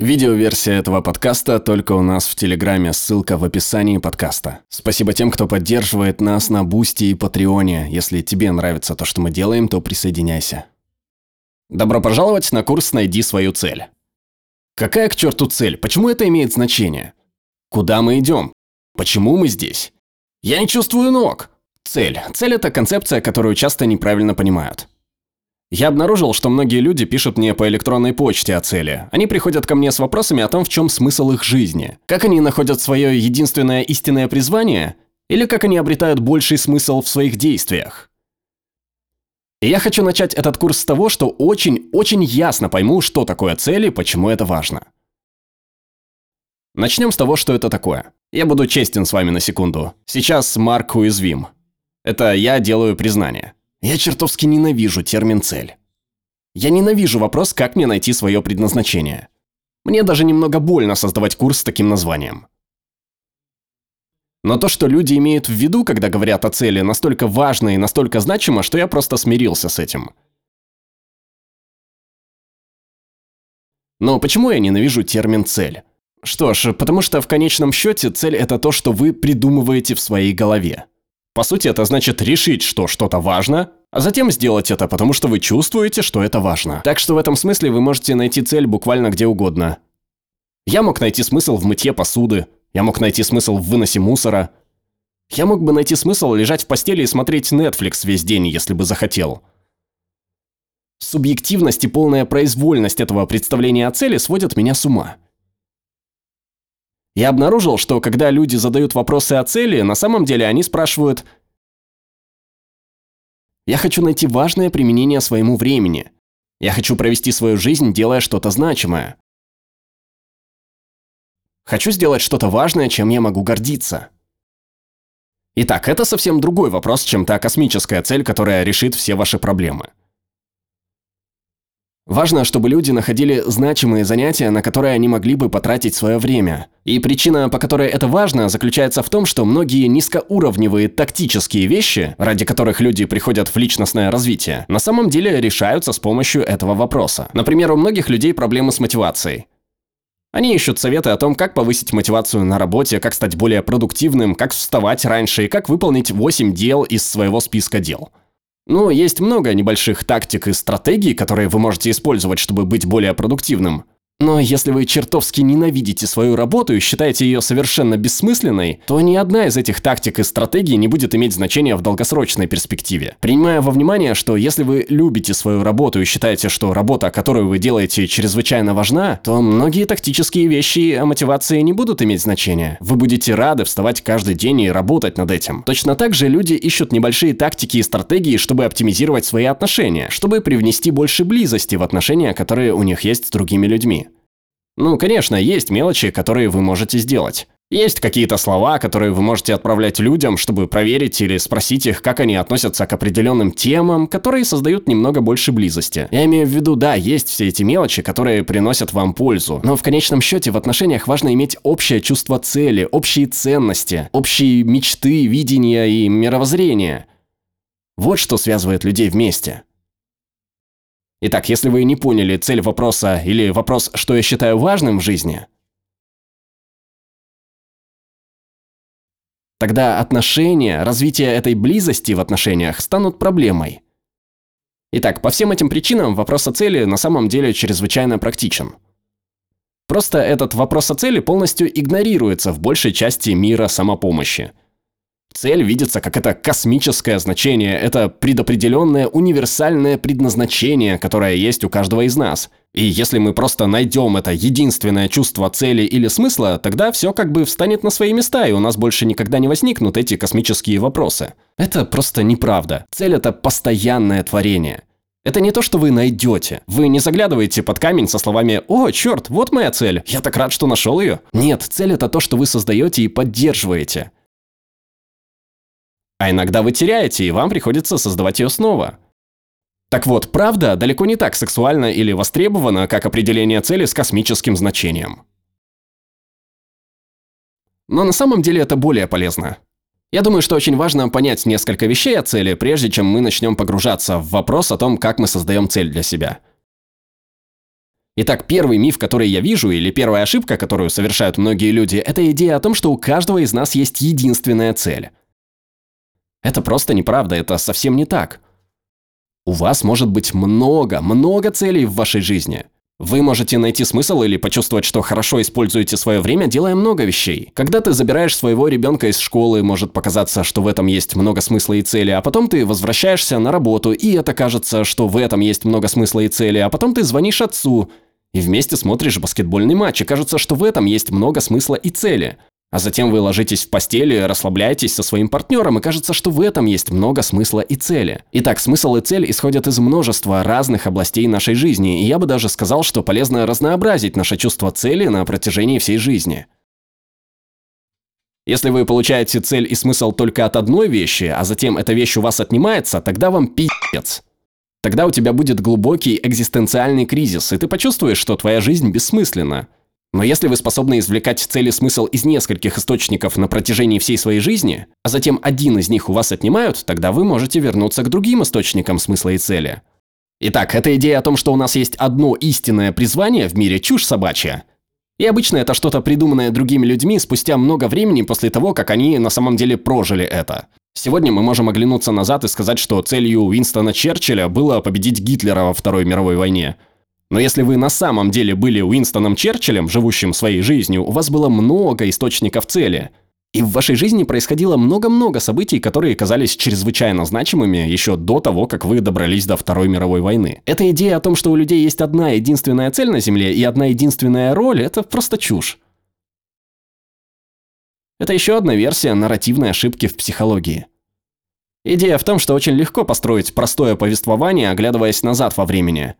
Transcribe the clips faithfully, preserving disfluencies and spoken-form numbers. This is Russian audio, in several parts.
Видеоверсия этого подкаста только у нас в Телеграме, ссылка в описании подкаста. Спасибо тем, кто поддерживает нас на Бусти и Патреоне. Если тебе нравится то, что мы делаем, то присоединяйся. Добро пожаловать на курс «Найди свою цель». Какая к черту цель? Почему это имеет значение? Куда мы идем? Почему мы здесь? Я не чувствую ног. Цель. Цель – это концепция, которую часто неправильно понимают. Я обнаружил, что многие люди пишут мне по электронной почте о цели. Они приходят ко мне с вопросами о том, в чем смысл их жизни. Как они находят свое единственное истинное призвание? Или как они обретают больший смысл в своих действиях? И я хочу начать этот курс с того, что очень-очень ясно пойму, что такое цель и почему это важно. Начнем с того, что это такое. Я буду честен с вами на секунду. Сейчас Марк уязвим. Это я делаю признание. Я чертовски ненавижу термин «цель». Я ненавижу вопрос, как мне найти свое предназначение. Мне даже немного больно создавать курс с таким названием. Но то, что люди имеют в виду, когда говорят о цели, настолько важно и настолько значимо, что я просто смирился с этим. Но почему я ненавижу термин «цель»? Что ж, потому что в конечном счете цель – это то, что вы придумываете в своей голове. По сути, это значит решить, что что-то важно, а затем сделать это, потому что вы чувствуете, что это важно. Так что в этом смысле вы можете найти цель буквально где угодно. Я мог найти смысл в мытье посуды, я мог найти смысл в выносе мусора. Я мог бы найти смысл лежать в постели и смотреть Netflix весь день, если бы захотел. Субъективность и полная произвольность этого представления о цели сводят меня с ума. Я обнаружил, что когда люди задают вопросы о цели, на самом деле они спрашивают: «Я хочу найти важное применение своему времени. Я хочу провести свою жизнь, делая что-то значимое. Хочу сделать что-то важное, чем я могу гордиться». Итак, это совсем другой вопрос, чем та космическая цель, которая решит все ваши проблемы. Важно, чтобы люди находили значимые занятия, на которые они могли бы потратить свое время. И причина, по которой это важно, заключается в том, что многие низкоуровневые тактические вещи, ради которых люди приходят в личностное развитие, на самом деле решаются с помощью этого вопроса. Например, у многих людей проблемы с мотивацией. Они ищут советы о том, как повысить мотивацию на работе, как стать более продуктивным, как вставать раньше и как выполнить восемь дел из своего списка дел. Ну, есть много небольших тактик и стратегий, которые вы можете использовать, чтобы быть более продуктивным. Но если вы чертовски ненавидите свою работу и считаете ее совершенно бессмысленной, то ни одна из этих тактик и стратегий не будет иметь значения в долгосрочной перспективе. Принимая во внимание, что если вы любите свою работу и считаете, что работа, которую вы делаете, чрезвычайно важна, то многие тактические вещи о мотивации не будут иметь значения. Вы будете рады вставать каждый день и работать над этим. Точно так же люди ищут небольшие тактики и стратегии, чтобы оптимизировать свои отношения, чтобы привнести больше близости в отношения, которые у них есть с другими людьми. Ну, конечно, есть мелочи, которые вы можете сделать. Есть какие-то слова, которые вы можете отправлять людям, чтобы проверить или спросить их, как они относятся к определенным темам, которые создают немного больше близости. Я имею в виду, да, есть все эти мелочи, которые приносят вам пользу. Но в конечном счете в отношениях важно иметь общее чувство цели, общие ценности, общие мечты, видения и мировоззрения. Вот что связывает людей вместе. Итак, если вы не поняли цель вопроса или вопрос, что я считаю важным в жизни, тогда отношения, развитие этой близости в отношениях станут проблемой. Итак, по всем этим причинам вопрос о цели на самом деле чрезвычайно практичен. Просто этот вопрос о цели полностью игнорируется в большей части мира самопомощи. Цель видится как это космическое значение, это предопределенное универсальное предназначение, которое есть у каждого из нас. И если мы просто найдем это единственное чувство цели или смысла, тогда все как бы встанет на свои места, и у нас больше никогда не возникнут эти космические вопросы. Это просто неправда. Цель – это постоянное творение. Это не то, что вы найдете. Вы не заглядываете под камень со словами «О, черт, вот моя цель, я так рад, что нашел ее». Нет, цель – это то, что вы создаете и поддерживаете. А иногда вы теряете, и вам приходится создавать ее снова. Так вот, правда далеко не так сексуальна или востребована, как определение цели с космическим значением. Но на самом деле это более полезно. Я думаю, что очень важно понять несколько вещей о цели, прежде чем мы начнем погружаться в вопрос о том, как мы создаем цель для себя. Итак, первый миф, который я вижу, или первая ошибка, которую совершают многие люди, это идея о том, что у каждого из нас есть единственная цель. Это просто неправда, это совсем не так. У вас может быть много, много целей в вашей жизни. Вы можете найти смысл или почувствовать, что хорошо используете свое время, делая много вещей. Когда ты забираешь своего ребенка из школы, может показаться, что в этом есть много смысла и цели, а потом ты возвращаешься на работу, и это кажется, что в этом есть много смысла и цели, а потом ты звонишь отцу, и вместе смотришь баскетбольный матч, и кажется, что в этом есть много смысла и цели. А затем вы ложитесь в постели, расслабляетесь со своим партнером, и кажется, что в этом есть много смысла и цели. Итак, смысл и цель исходят из множества разных областей нашей жизни, и я бы даже сказал, что полезно разнообразить наше чувство цели на протяжении всей жизни. Если вы получаете цель и смысл только от одной вещи, а затем эта вещь у вас отнимается, тогда вам пи***ц. Тогда у тебя будет глубокий экзистенциальный кризис, и ты почувствуешь, что твоя жизнь бессмысленна. Но если вы способны извлекать цель и смысл из нескольких источников на протяжении всей своей жизни, а затем один из них у вас отнимают, тогда вы можете вернуться к другим источникам смысла и цели. Итак, эта идея о том, что у нас есть одно истинное призвание в мире, чушь собачья. И обычно это что-то придуманное другими людьми спустя много времени после того, как они на самом деле прожили это. Сегодня мы можем оглянуться назад и сказать, что целью Уинстона Черчилля было победить Гитлера во Второй мировой войне. Но если вы на самом деле были Уинстоном Черчиллем, живущим своей жизнью, у вас было много источников цели. И в вашей жизни происходило много-много событий, которые казались чрезвычайно значимыми еще до того, как вы добрались до Второй мировой войны. Эта идея о том, что у людей есть одна единственная цель на Земле и одна единственная роль, это просто чушь. Это еще одна версия нарративной ошибки в психологии. Идея в том, что очень легко построить простое повествование, оглядываясь назад во времени.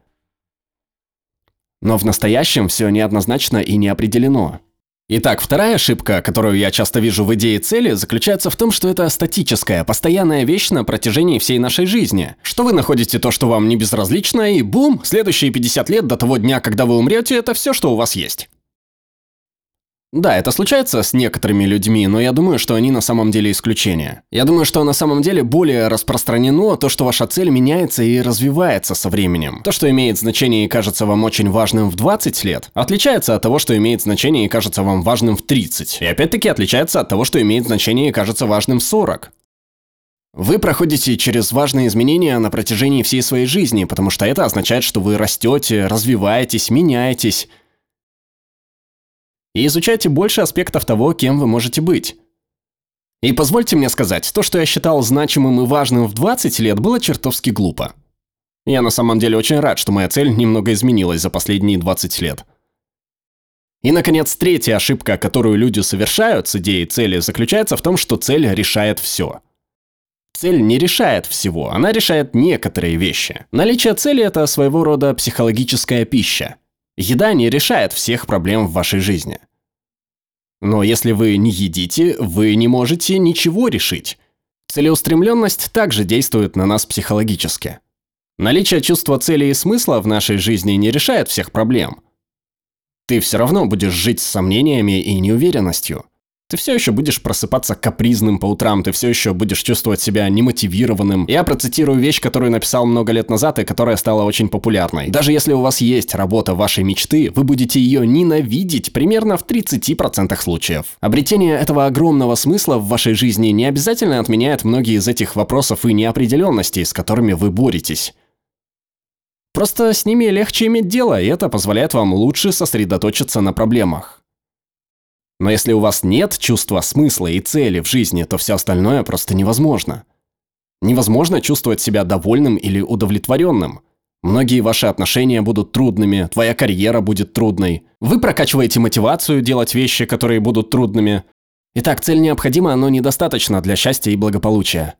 Но в настоящем все неоднозначно и не определено. Итак, вторая ошибка, которую я часто вижу в идее цели, заключается в том, что это статическая, постоянная вещь на протяжении всей нашей жизни. Что вы находите то, что вам не безразлично, и бум, следующие пятьдесят лет до того дня, когда вы умрете, это все, что у вас есть. Да, это случается с некоторыми людьми, но я думаю, что они на самом деле исключения. Я думаю, что на самом деле более распространено то, что ваша цель меняется и развивается со временем. То, что имеет значение и кажется вам очень важным в двадцать лет, отличается от того, что имеет значение и кажется вам важным в тридцать. И опять-таки отличается от того, что имеет значение и кажется важным в сорок. Вы проходите через важные изменения на протяжении всей своей жизни, потому что это означает, что вы растете, развиваетесь, меняетесь. И изучайте больше аспектов того, кем вы можете быть. И позвольте мне сказать, то, что я считал значимым и важным в двадцать лет, было чертовски глупо. Я на самом деле очень рад, что моя цель немного изменилась за последние двадцать лет. И, наконец, третья ошибка, которую люди совершают с идеей цели, заключается в том, что цель решает все. Цель не решает всего, она решает некоторые вещи. Наличие цели – это своего рода психологическая пища. Еда не решает всех проблем в вашей жизни. Но если вы не едите, вы не можете ничего решить. Целеустремленность также действует на нас психологически. Наличие чувства цели и смысла в нашей жизни не решает всех проблем. Ты все равно будешь жить с сомнениями и неуверенностью. Ты все еще будешь просыпаться капризным по утрам, ты все еще будешь чувствовать себя немотивированным. Я процитирую вещь, которую написал много лет назад и которая стала очень популярной. Даже если у вас есть работа вашей мечты, вы будете ее ненавидеть примерно в тридцати процентах случаев. Обретение этого огромного смысла в вашей жизни не обязательно отменяет многие из этих вопросов и неопределенностей, с которыми вы боретесь. Просто с ними легче иметь дело, и это позволяет вам лучше сосредоточиться на проблемах. Но если у вас нет чувства смысла и цели в жизни, то все остальное просто невозможно. Невозможно чувствовать себя довольным или удовлетворенным. Многие ваши отношения будут трудными, твоя карьера будет трудной. Вы прокачиваете мотивацию делать вещи, которые будут трудными. Итак, цель необходима, но недостаточно для счастья и благополучия.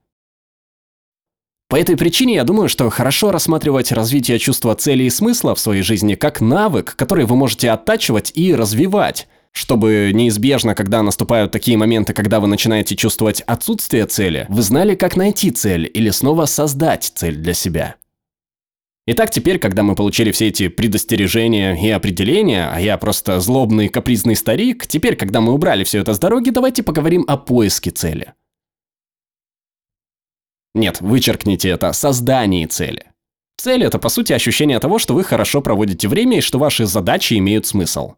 По этой причине я думаю, что хорошо рассматривать развитие чувства цели и смысла в своей жизни как навык, который вы можете оттачивать и развивать, чтобы неизбежно, когда наступают такие моменты, когда вы начинаете чувствовать отсутствие цели, вы знали, как найти цель или снова создать цель для себя. Итак, теперь, когда мы получили все эти предостережения и определения, а я просто злобный капризный старик, теперь, когда мы убрали все это с дороги, давайте поговорим о поиске цели. Нет, вычеркните это, создании цели. Цель – это, по сути, ощущение того, что вы хорошо проводите время и что ваши задачи имеют смысл.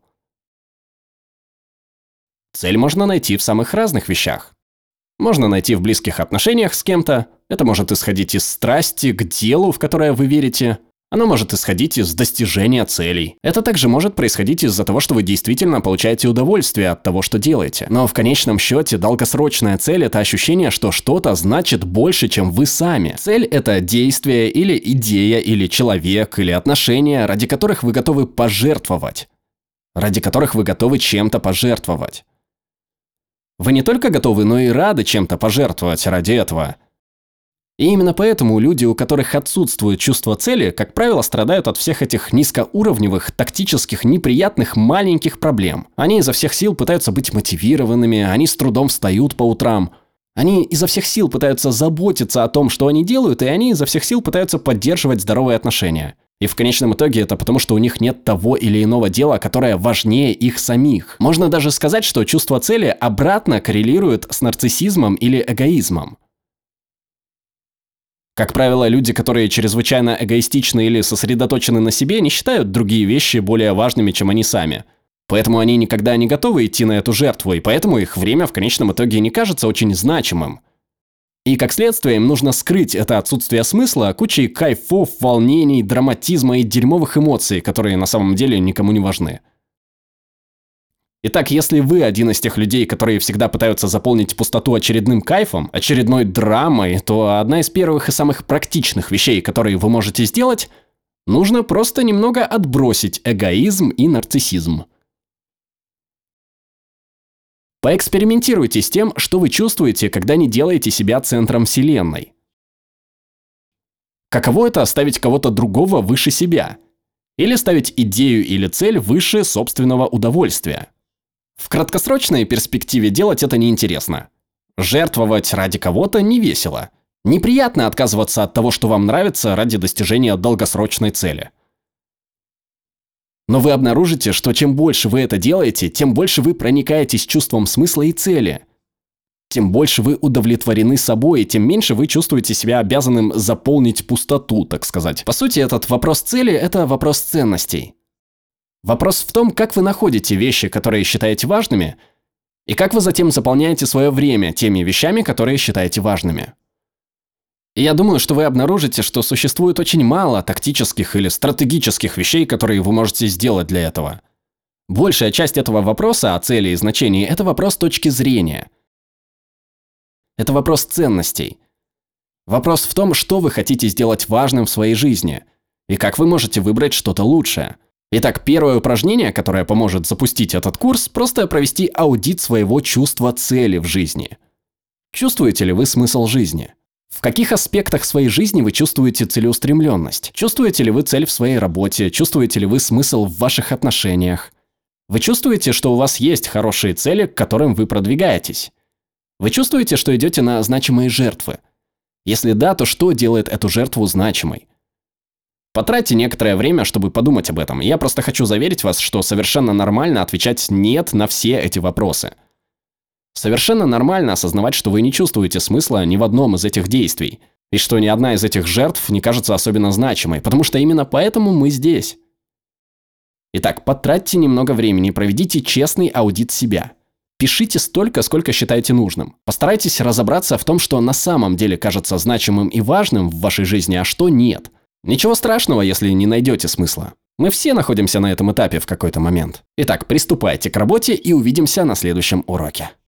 Цель можно найти в самых разных вещах. Можно найти в близких отношениях с кем-то. Это может исходить из страсти к делу, в которое вы верите. Оно может исходить из достижения целей. Это также может происходить из-за того, что вы действительно получаете удовольствие от того, что делаете. Но в конечном счете долгосрочная цель – это ощущение, что что-то значит больше, чем вы сами. Цель – это действие или идея, или человек, или отношения, ради которых вы готовы пожертвовать. Ради которых вы готовы чем-то пожертвовать. Вы не только готовы, но и рады чем-то пожертвовать ради этого. И именно поэтому люди, у которых отсутствует чувство цели, как правило, страдают от всех этих низкоуровневых, тактических, неприятных маленьких проблем. Они изо всех сил пытаются быть мотивированными, они с трудом встают по утрам. Они изо всех сил пытаются заботиться о том, что они делают, и они изо всех сил пытаются поддерживать здоровые отношения. И в конечном итоге это потому, что у них нет того или иного дела, которое важнее их самих. Можно даже сказать, что чувство цели обратно коррелирует с нарциссизмом или эгоизмом. Как правило, люди, которые чрезвычайно эгоистичны или сосредоточены на себе, не считают другие вещи более важными, чем они сами. Поэтому они никогда не готовы идти на эту жертву, и поэтому их время в конечном итоге не кажется очень значимым. И как следствие им нужно скрыть это отсутствие смысла кучей кайфов, волнений, драматизма и дерьмовых эмоций, которые на самом деле никому не важны. Итак, если вы один из тех людей, которые всегда пытаются заполнить пустоту очередным кайфом, очередной драмой, то одна из первых и самых практичных вещей, которые вы можете сделать, нужно просто немного отбросить эгоизм и нарциссизм. Поэкспериментируйте с тем, что вы чувствуете, когда не делаете себя центром вселенной. Каково это ставить кого-то другого выше себя? Или ставить идею или цель выше собственного удовольствия? В краткосрочной перспективе делать это неинтересно. Жертвовать ради кого-то не весело. Неприятно отказываться от того, что вам нравится, ради достижения долгосрочной цели. Но вы обнаружите, что чем больше вы это делаете, тем больше вы проникаетесь чувством смысла и цели. Тем больше вы удовлетворены собой, тем меньше вы чувствуете себя обязанным заполнить пустоту, так сказать. По сути, этот вопрос цели – это вопрос ценностей. Вопрос в том, как вы находите вещи, которые считаете важными, и как вы затем заполняете свое время теми вещами, которые считаете важными. И я думаю, что вы обнаружите, что существует очень мало тактических или стратегических вещей, которые вы можете сделать для этого. Большая часть этого вопроса о цели и значении – это вопрос точки зрения. Это вопрос ценностей. Вопрос в том, что вы хотите сделать важным в своей жизни, и как вы можете выбрать что-то лучшее. Итак, первое упражнение, которое поможет запустить этот курс, просто провести аудит своего чувства цели в жизни. Чувствуете ли вы смысл жизни? В каких аспектах своей жизни вы чувствуете целеустремленность? Чувствуете ли вы цель в своей работе? Чувствуете ли вы смысл в ваших отношениях? Вы чувствуете, что у вас есть хорошие цели, к которым вы продвигаетесь? Вы чувствуете, что идете на значимые жертвы? Если да, то что делает эту жертву значимой? Потратьте некоторое время, чтобы подумать об этом. Я просто хочу заверить вас, что совершенно нормально отвечать «нет» на все эти вопросы. Совершенно нормально осознавать, что вы не чувствуете смысла ни в одном из этих действий, и что ни одна из этих жертв не кажется особенно значимой, потому что именно поэтому мы здесь. Итак, потратьте немного времени, проведите честный аудит себя. Пишите столько, сколько считаете нужным. Постарайтесь разобраться в том, что на самом деле кажется значимым и важным в вашей жизни, а что нет. Ничего страшного, если не найдете смысла. Мы все находимся на этом этапе в какой-то момент. Итак, приступайте к работе и увидимся на следующем уроке.